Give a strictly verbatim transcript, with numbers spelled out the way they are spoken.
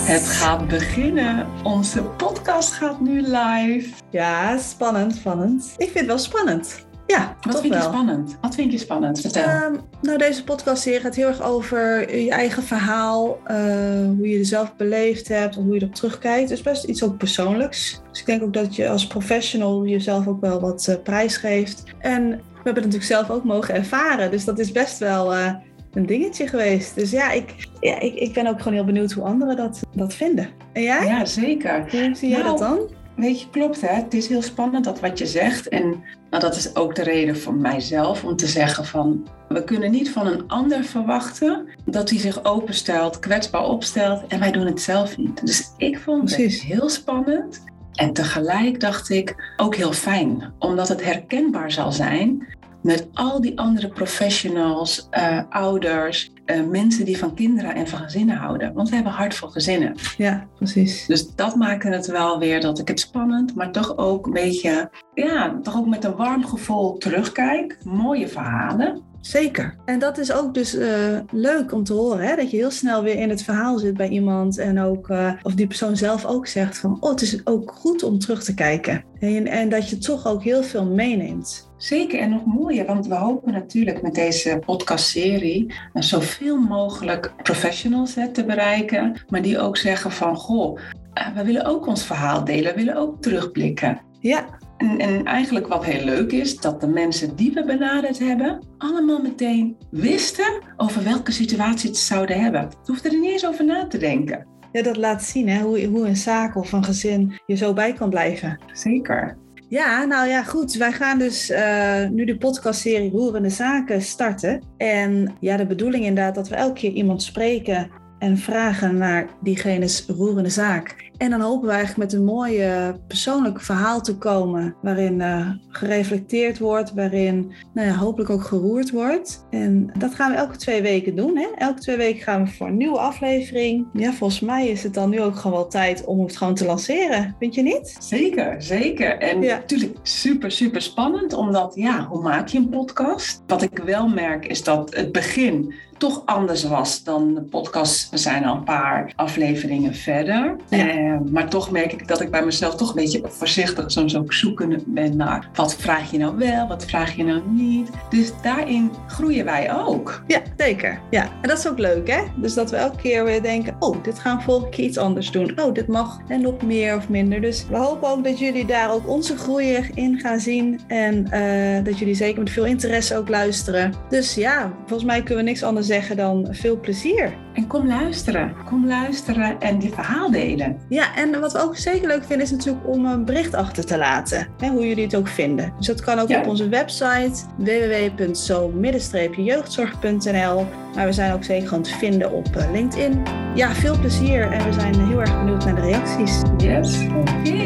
Het gaat beginnen. Onze podcast gaat nu live. Ja, spannend, spannend. Ik vind het wel spannend. Ja, Wat toch vind wel. je spannend? Wat vind je spannend? Vertel. Um, nou, deze podcastserie gaat heel erg over je eigen verhaal. Uh, hoe je het zelf beleefd hebt. Hoe je erop terugkijkt. Dus best iets ook persoonlijks. Dus ik denk ook dat je als professional jezelf ook wel wat uh, prijs geeft. En we hebben het natuurlijk zelf ook mogen ervaren. Dus dat is best wel uh, een dingetje geweest. Dus ja, ik, ja ik, ik ben ook gewoon heel benieuwd hoe anderen dat, dat vinden. En jij? Ja, zeker. Hoe zie jij nou, dat dan? Weet je, klopt hè. Het is heel spannend dat wat je zegt. En nou, dat is ook de reden van mijzelf om te zeggen van... we kunnen niet van een ander verwachten dat hij zich openstelt, kwetsbaar opstelt. En wij doen het zelf niet. Dus ik vond Precies. het heel spannend. En tegelijk dacht ik ook heel fijn. Omdat het herkenbaar zal zijn met al die andere professionals, uh, ouders... Uh, mensen die van kinderen en van gezinnen houden. Want we hebben hart voor gezinnen. Ja, precies. Dus dat maakte het wel weer dat ik het spannend, maar toch ook een beetje, ja, toch ook met een warm gevoel terugkijk. Mooie verhalen. Zeker. En dat is ook dus uh, leuk om te horen, hè? Dat je heel snel weer in het verhaal zit bij iemand en ook, uh, of die persoon zelf ook zegt van, oh, het is ook goed om terug te kijken. En, en dat je toch ook heel veel meeneemt. Zeker en nog mooier, want we hopen natuurlijk met deze podcastserie uh, zoveel mogelijk professionals hè, te bereiken, maar die ook zeggen van, goh, uh, we willen ook ons verhaal delen, we willen ook terugblikken. Ja. En, en eigenlijk wat heel leuk is, dat de mensen die we benaderd hebben, allemaal meteen wisten over welke situatie het zouden hebben. Je hoeft er niet eens over na te denken. Ja, dat laat zien hè, hoe, hoe een zaak of een gezin je zo bij kan blijven. Zeker. Ja, nou ja, goed. Wij gaan dus uh, nu de podcastserie Roerende Zaken starten. En ja, de bedoeling inderdaad dat we elke keer iemand spreken en vragen naar diegene's roerende zaak. En dan hopen we eigenlijk met een mooi uh, persoonlijk verhaal te komen waarin uh, gereflecteerd wordt, waarin nou ja, hopelijk ook geroerd wordt. En dat gaan we elke twee weken doen. Hè? Elke twee weken gaan we voor een nieuwe aflevering. Ja, volgens mij is het dan nu ook gewoon wel tijd om het gewoon te lanceren. Vind je niet? Zeker, zeker. En ja. natuurlijk super, super spannend, omdat ja, hoe maak je een podcast? Wat ik wel merk is dat het begin toch anders was dan de podcast. We zijn al een paar afleveringen verder. Ja. Uh, maar toch merk ik dat ik bij mezelf toch een beetje voorzichtig soms ook zoeken ben naar wat vraag je nou wel, wat vraag je nou niet. Dus daarin groeien wij ook. Ja, zeker. Ja. En dat is ook leuk, hè? Dus dat we elke keer weer denken, oh, dit gaan we volgende keer iets anders doen. Oh, dit mag en nog meer of minder. Dus we hopen ook dat jullie daar ook onze groei in gaan zien. En uh, dat jullie zeker met veel interesse ook luisteren. Dus ja, volgens mij kunnen we niks anders zeggen dan veel plezier. En kom luisteren. Kom luisteren en je verhaal delen. Ja, en wat we ook zeker leuk vinden is natuurlijk om een bericht achter te laten. Hè, hoe jullie het ook vinden. Dus dat kan ook ja. op onze website w w w punt zo jeugdzorg punt n l. Maar we zijn ook zeker gewoon te vinden op LinkedIn. Ja, veel plezier en we zijn heel erg benieuwd naar de reacties. Yes, oké. Okay.